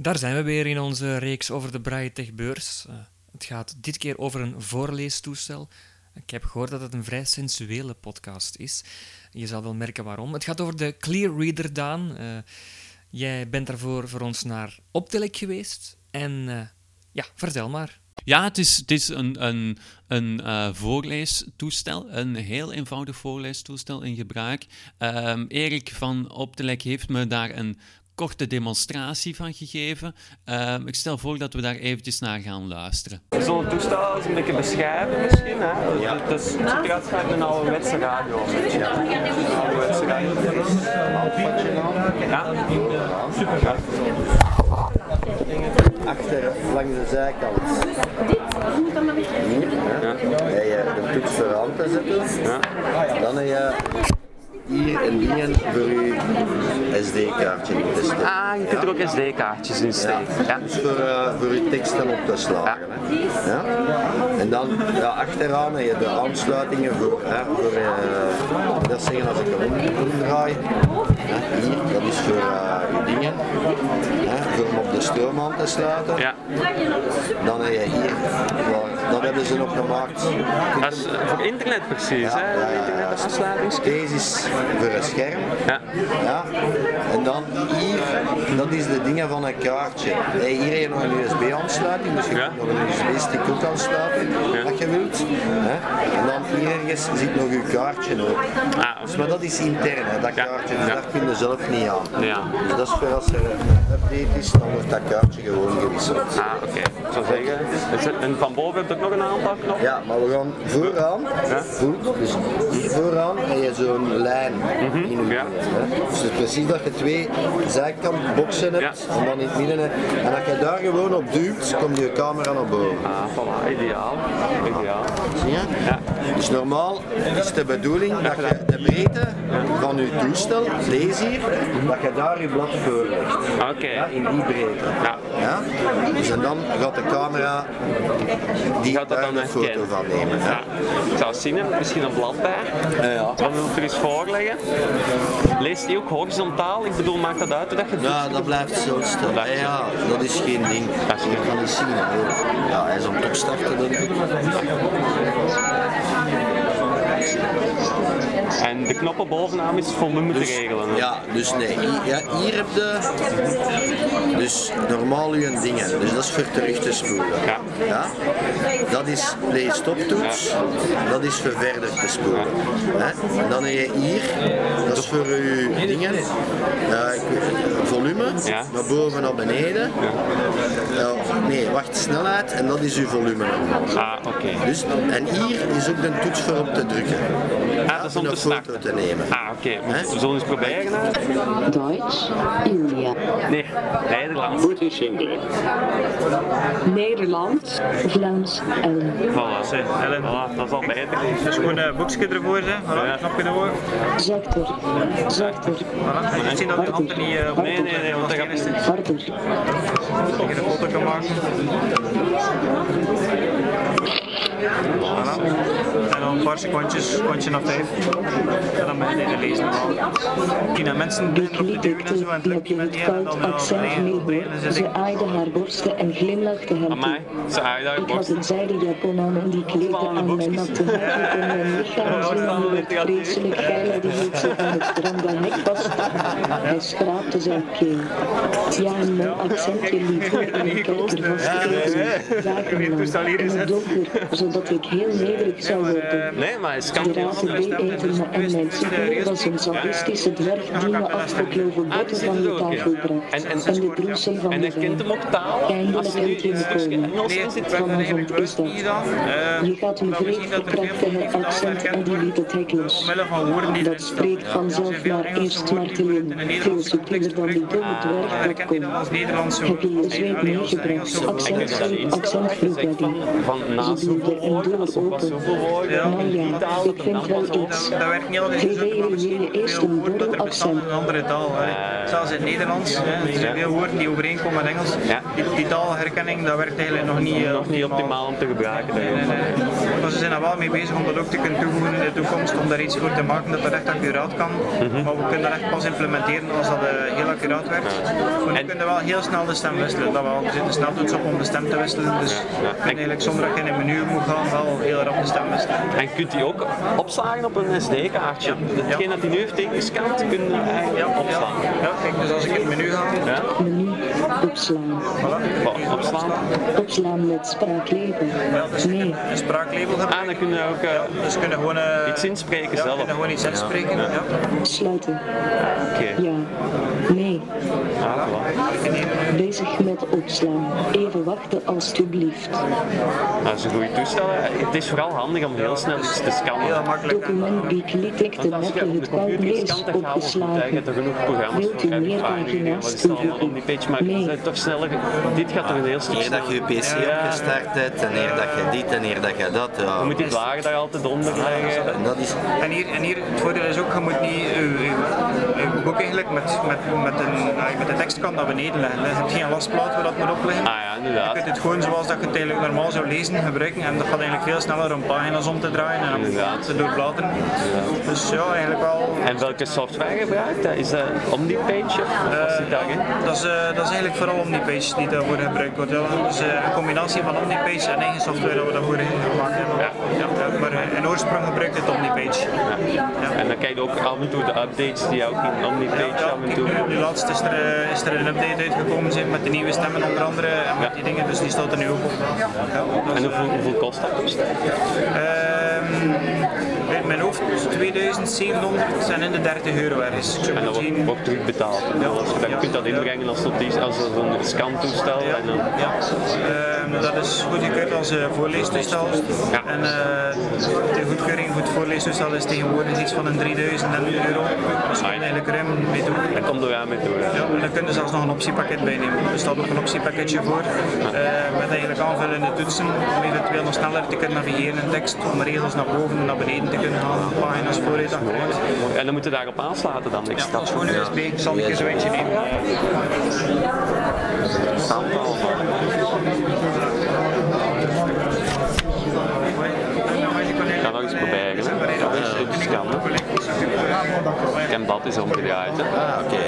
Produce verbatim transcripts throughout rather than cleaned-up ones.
Daar zijn we weer in onze reeks over de Braille Tech Beurs. Uh, het gaat dit keer over een voorleestoestel. Ik heb gehoord dat het een vrij sensuele podcast is. Je zal wel merken waarom. Het gaat over de Clear Reader, Daan. Uh, jij bent daarvoor voor ons naar Optelec geweest. En uh, ja, vertel maar. Ja, het is, het is een, een, een uh, voorleestoestel, een heel eenvoudig voorleestoestel in gebruik. Um, Erik van Optelec heeft me daar een korte demonstratie van gegeven. Um, ik stel voor dat we daar eventjes naar gaan luisteren. We zullen het toestel eens een beetje beschrijven misschien. Hè? Ja. Het is eruit gaat een ouderwetse radio. Ja. Een ouderwetse radio. Ja. Super. Ja. Achter langs de zijkant. Hier, ja. Heb je de toets voor aan te zetten. Ja. Dan heb je hier een ding voor je S D-kaartje in te steken. Ah, je kunt er ook S D-kaartjes in steken. Ja. Ja. Dus voor, uh, voor je teksten op te slagen. Ja. Ja. En dan ja, achteraan heb je de aansluitingen voor, hè, voor uh, dat zeggen als ik hem omdraai. Ja, hier, dat is voor uh, je dingen. Ja, voor hem op de stroom aan te sluiten. Ja. Dan heb je hier, dat hebben ze nog gemaakt. Dat is voor internet precies, ja, hè? Ja, ja, internetaansluiting. Deze is voor een scherm. Ja. Ja. En dan hier, dat is de dingen van een kaartje. Hey, hier heb je nog een U S B-aansluiting, dus je ja. kunt nog een U S B-stick ook aansluiten, ja. Als je wilt. Hè. En dan hier ergens zit nog je kaartje op. Ah, dus, maar dat is intern, hè, dat ja. kaartje, dus ja. dat kun je zelf niet aan. Ja. Dus dat is voor als er een update is, dan wordt dat kaartje gewoon gewisseld. Ah, oké. Okay. Ik zou zeggen, en van boven heb je ook nog een aantal knoppen? Ja, maar we gaan vooraan, ja. goed, dus hier vooraan heb je zo'n lijn mm-hmm. in je ja. hè. Dus het is precies dat je twee zijkantboxen hebt ja. en dan in het midden. En als je daar gewoon op duwt, komt je camera naar boven. Ah, voilà, ideaal. Ideaal. Zie je? Ja. Dus normaal is de bedoeling dat je de breedte van je toestel, deze hier, dat je daar je blad voor legt. Oké. Okay. Ja, in die breedte. Ja. Ja? Dus en dan gaat de camera die gaat dat daar dan een foto herkennen. van nemen. Ja. Ja. Ik zou zien, misschien een blad bij. Uh, ja. Wat wil ik er eens voorleggen? Leest die ook horizontaal? Ik bedoel, maakt dat uit dat je... Ja, dat blijft zo stil. Dat ja, ja, dat is geen ding. Dat is je kan niet zien. Hè. Ja, hij is aan het opstarten, denk ik. En de knoppen bovenaan is volume dus, te regelen. Hè? Ja, dus nee. Ja, hier heb je dus normaal je dingen. Dus dat is voor terug te spoelen. Ja. Ja? Dat is play-stop toets. Ja. Dat is voor verder te spoelen. Ja. En dan heb je hier, dat is voor je dingen. Uh, volume, ja. naar boven naar beneden. Ja. Uh, nee, wacht, snelheid en dat is uw volume. Ah, oké. Okay. Dus, en hier is ook de toets voor op te drukken. Ah, dat is om een te foto starten. te nemen. Ah, oké. Okay. We zullen eens proberen. Duits, Julia. Nee, Nederlands. British English. Nederlands, Vlaams, Ellen. Voilà, zeg, Ellen, voilà, dat is al beter. Dus gewoon een boekje ervoor, hè. Voilà, ja. Knopje ervoor. Zachter, zachter. Voilà, en je ziet dat je hand er niet uh, op. Nee, nee, nee, want dat gaat niet. Harder. Ik heb een foto kan maken. Voilà. En dan een paar secondjes, secondje naar vijf. En dan ben je lezen. Tien mensen beginnen op te duwen en zo en druk je met die en dan beneden. Ze aaide haar borsten en glimlachte hem toe. Ze aaide haar Ik had borsten. een zijden japon aan en die kleefde aan mijn natte hakken en mijn lichaam zo werd vreselijk geil en die hield zich aan het strand aan hek vast. Hij schraapte zijn keel. Ja, en mijn accentje liet horen en ik heb er vastgekleven. Dagenlang in het donker, zodat ik heel nederig zou worden. Nee, maar het kan De raten B eten me en mijn psycholoog was een sadistische dwerg die me afgekloven botten van de tafel bracht. En, en, En de broesel van en de hij kent hem ook taal. Eindelijk kent hij me komen. Vanavond is dat. Je gaat me vreed verkrachten, het accent en die liet het hek los. Dat spreekt vanzelf, maar eerst marteling. Veel subtieler dan die domme dwerg dat kon. Heb je je zweep meegebracht? Accent, accent vroeg Eddie. Ze duwde een deur open. Ja, Nou ja, ik vind wel iets. Dat, dat werkt niet altijd Hey, zo. wil Dat je eerst een woord dat dubbel er bestaan in accent? een andere taal. Hè. Zelfs in het Nederlands, hè. Er zijn veel woorden die overeenkomen met Engels. Ja. Die, die taalherkenning, dat werkt eigenlijk nog niet, uh, Nog niet optimaal om te gebruiken. Nee, nee, nee. Maar ze zijn er wel mee bezig om dat ook te kunnen toevoegen in de toekomst, om daar iets voor te maken dat dat echt accuraat kan. Mm-hmm. Maar we kunnen dat echt pas implementeren als dat uh, heel accuraat werkt. Maar we kunnen wel heel snel de stem wisselen. Dat wel. Er zitten sneltoets op om de stem te wisselen. Dus Ja. je kunt eigenlijk zonder dat je in een menu moet gaan, wel heel rap de stem wisselen. En kunt u ook opslagen op een S D-kaartje? Hetgeen dat hij nu heeft ingescand, kun je eigenlijk Ja, opslaan. Ja, ja, kijk, dus als ik in het menu ga, Ja? Menu, opslaan. voilà. Wat, opslaan? Opslaan met spraaklabel. Ja, dus je Nee. kunt een spraaklabel hebben. Ah, dan kun je ook uh, Dus kunnen gewoon uh, iets inspreken ja, zelf. kunnen gewoon iets inspreken. Ja. Ja. Sluiten. Oké. Ja. Nee. Ah, voilà. Bezig met opslaan. Even wachten alstublieft. Dat is een goede toestel. Hè. Het is vooral handig om heel snel iets te scannen. Heel makkelijk. Document geklikt Want als je met op het de computer iets koudlees scant, dat gaat wel goed. Hè. Je opgeslagen. hebt er genoeg programma's Wilt voor. u Hè. meer Vaak niet, pagina's wat is het allemaal toevoegen? om die page, maar Nee. het is toch sneller. Dit gaat toch een heel stuk Eer dat je je sneller. P C opgestart hebt en eer dat je dit en eer dat je dat. Ja. Je moet die lagen daar altijd onder leggen. En dat is En hier, en hier, het voordeel is ook, je moet niet je, je, je boek eigenlijk met, met, met, een, ah, met de tekstkant naar beneden leggen. Je hebt geen lastplaat waar dat moet opleggen. Ah ja, Je inderdaad. kunt het gewoon zoals dat je het eigenlijk normaal zou lezen gebruiken en dat gaat eigenlijk veel sneller om pagina's om te draaien en om Inderdaad. te doorbladeren. Dus ja, eigenlijk wel. En welke software gebruikt dat? Is dat OmniPage of wat zit daarin? Dat is, uh, dat is eigenlijk vooral OmniPage die daarvoor gebruikt wordt. Ja. Dus uh, een combinatie van OmniPage en eigen software dat we daarvoor gemaakt hebben. Ja. Ja, ja, maar uh, in oorsprong gebruikt het OmniPage. Ja. En dan krijg je ook af en toe de updates die ook in OmniPage Ja, af en kijk, toe. nu, nu laatst is er, uh, is er een update uitgekomen zijn met de nieuwe stemmen onder andere en met Ja. die dingen, dus die staat er nu ook op. Ja, dat En is, hoeveel, hoeveel kost dat toestel? Ehm, uit mijn hoofd tweeduizend zevenhonderd en in de dertig euro ergens. Ik zou En dat het wordt zien. ook terugbetaald. Ja. Dan je kunt dat inbrengen als, notitie, als een scantoestel. Ja, En dan, ja. Ehm, dat is goedgekeurd als uh, voorleestoestel. Ja. En uh, de goedkeuring voor het voorleestoestel is tegenwoordig iets van een drieduizend euro. Dat is gewoon eigenlijk ruim mee doen. dat komt er wel mee door. Ja, en dan kun je zelfs nog een optiepakket bij nemen. Er staat ook een optiepakketje voor. Uh, met eigenlijk aanvullende toetsen om eventueel nog sneller te kunnen navigeren in tekst. Om regels naar boven en naar beneden te kunnen gaan. Pagina's vooruit, achteruit. En dan moet je daarop aansluiten dan Ja, extra. dat is gewoon een U S B. Ik zal een keer zo eentje nemen. Aantal. Ik ga nog eens proberen. Hè. Dat is goed scannen. En dat is omgedraaid. Hè. ah, oké.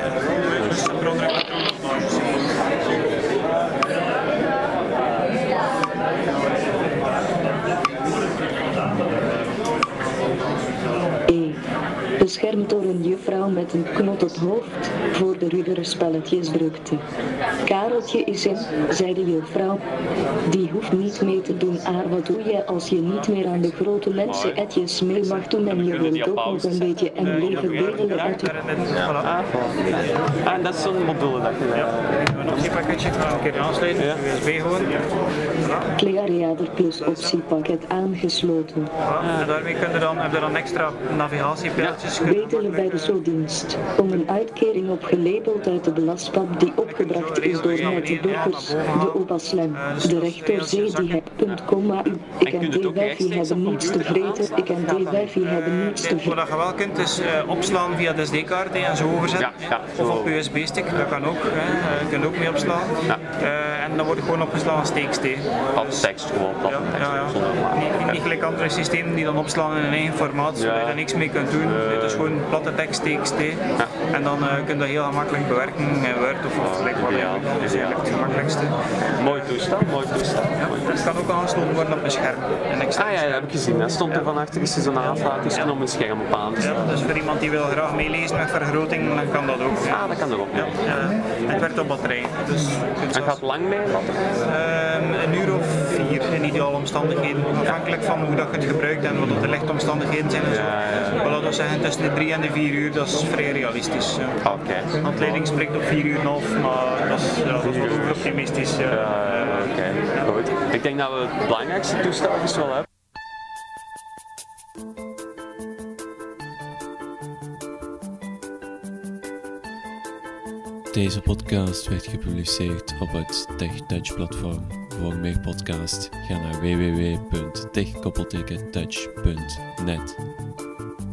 E. Beschermd door een juffrouw met een knot op hoofd voor de ruwere spelletjes drukte. Kareltje is in, zei de juffrouw. Die hoeft niet mee te doen, Aar. Wat doe je als je niet meer aan de grote mensen etjes mee mag doen en je wilt ook nog een beetje en leven delen uit de... Ah, voilà. Ah, en dat is zo'n module dat je... Ja, een optiepakketje. Ik ga een keer aansluiten. Ja. U S B gewoon. Voilà. Clearreader plus optiepakket aangesloten. Voilà. En daarmee kun je dan, heb je dan extra navigatiepijltjes. Betelen bij de zoodienst. Om een uitkering opgelabeld uit de belastpap die opgebracht is door met de burgers. De opaslem. De rechter zei die heb punt komma. Ik en T-wifi hebben niets te vreten. Ik en T-wifi hebben niets te vreten. Wat je wel kunt is uh, opslaan via de S D-kaart en zo overzetten. Ja, ja, zo. Of op U S B-stick, dat kan ook. Hè. Je kunt ook mee opslaan. Ja. Uh, en dan wordt het gewoon opgeslagen als T X T. Als tekst gewoon, plat Ja, tekst. ja, ja. Zonder maar. Niet, niet, niet gelijk andere systemen die dan opslaan in een eigen formaat, zodat je daar niks mee kunt doen. Het is gewoon platte tekst, T X T. En dan uh, kun je dat heel gemakkelijk bewerken in Word of, of gelijk wat. Ja, Dat is eigenlijk het gemakkelijkste. Mooi toestel, mooi toestel. Ja, het kan ook aangesloten worden op een scherm. Een extra Ah ja, dat heb ik gezien. Dat stond er van achter, is er zo'n aansluiting om een scherm op aan te Ja, staan. dus voor iemand die wil graag meelezen met vergroting, dan kan dat ook. Ja. Ah, dat kan erop. Ja, ja. En het werkt op batterij. Dus je kunt En zelfs, gaat lang mee? Wat? ehm, een uur of vier in ideale omstandigheden. Afhankelijk van hoe dat je het gebruikt en wat de lichtomstandigheden zijn en zo. Maar laten we zeggen tussen de drie en de vier uur, dat is vrij realistisch. Ja. Oké. De handleiding spreekt op vier uur en een half, maar dat is, ja, dat is wel optimistisch. Ja. Uh, Oké, goed. Ik denk dat we het belangrijkste toestel dus wel hebben. Deze podcast werd gepubliceerd op het TechTouch platform. voor meer podcast. Ga naar w w w punt tech touch punt net.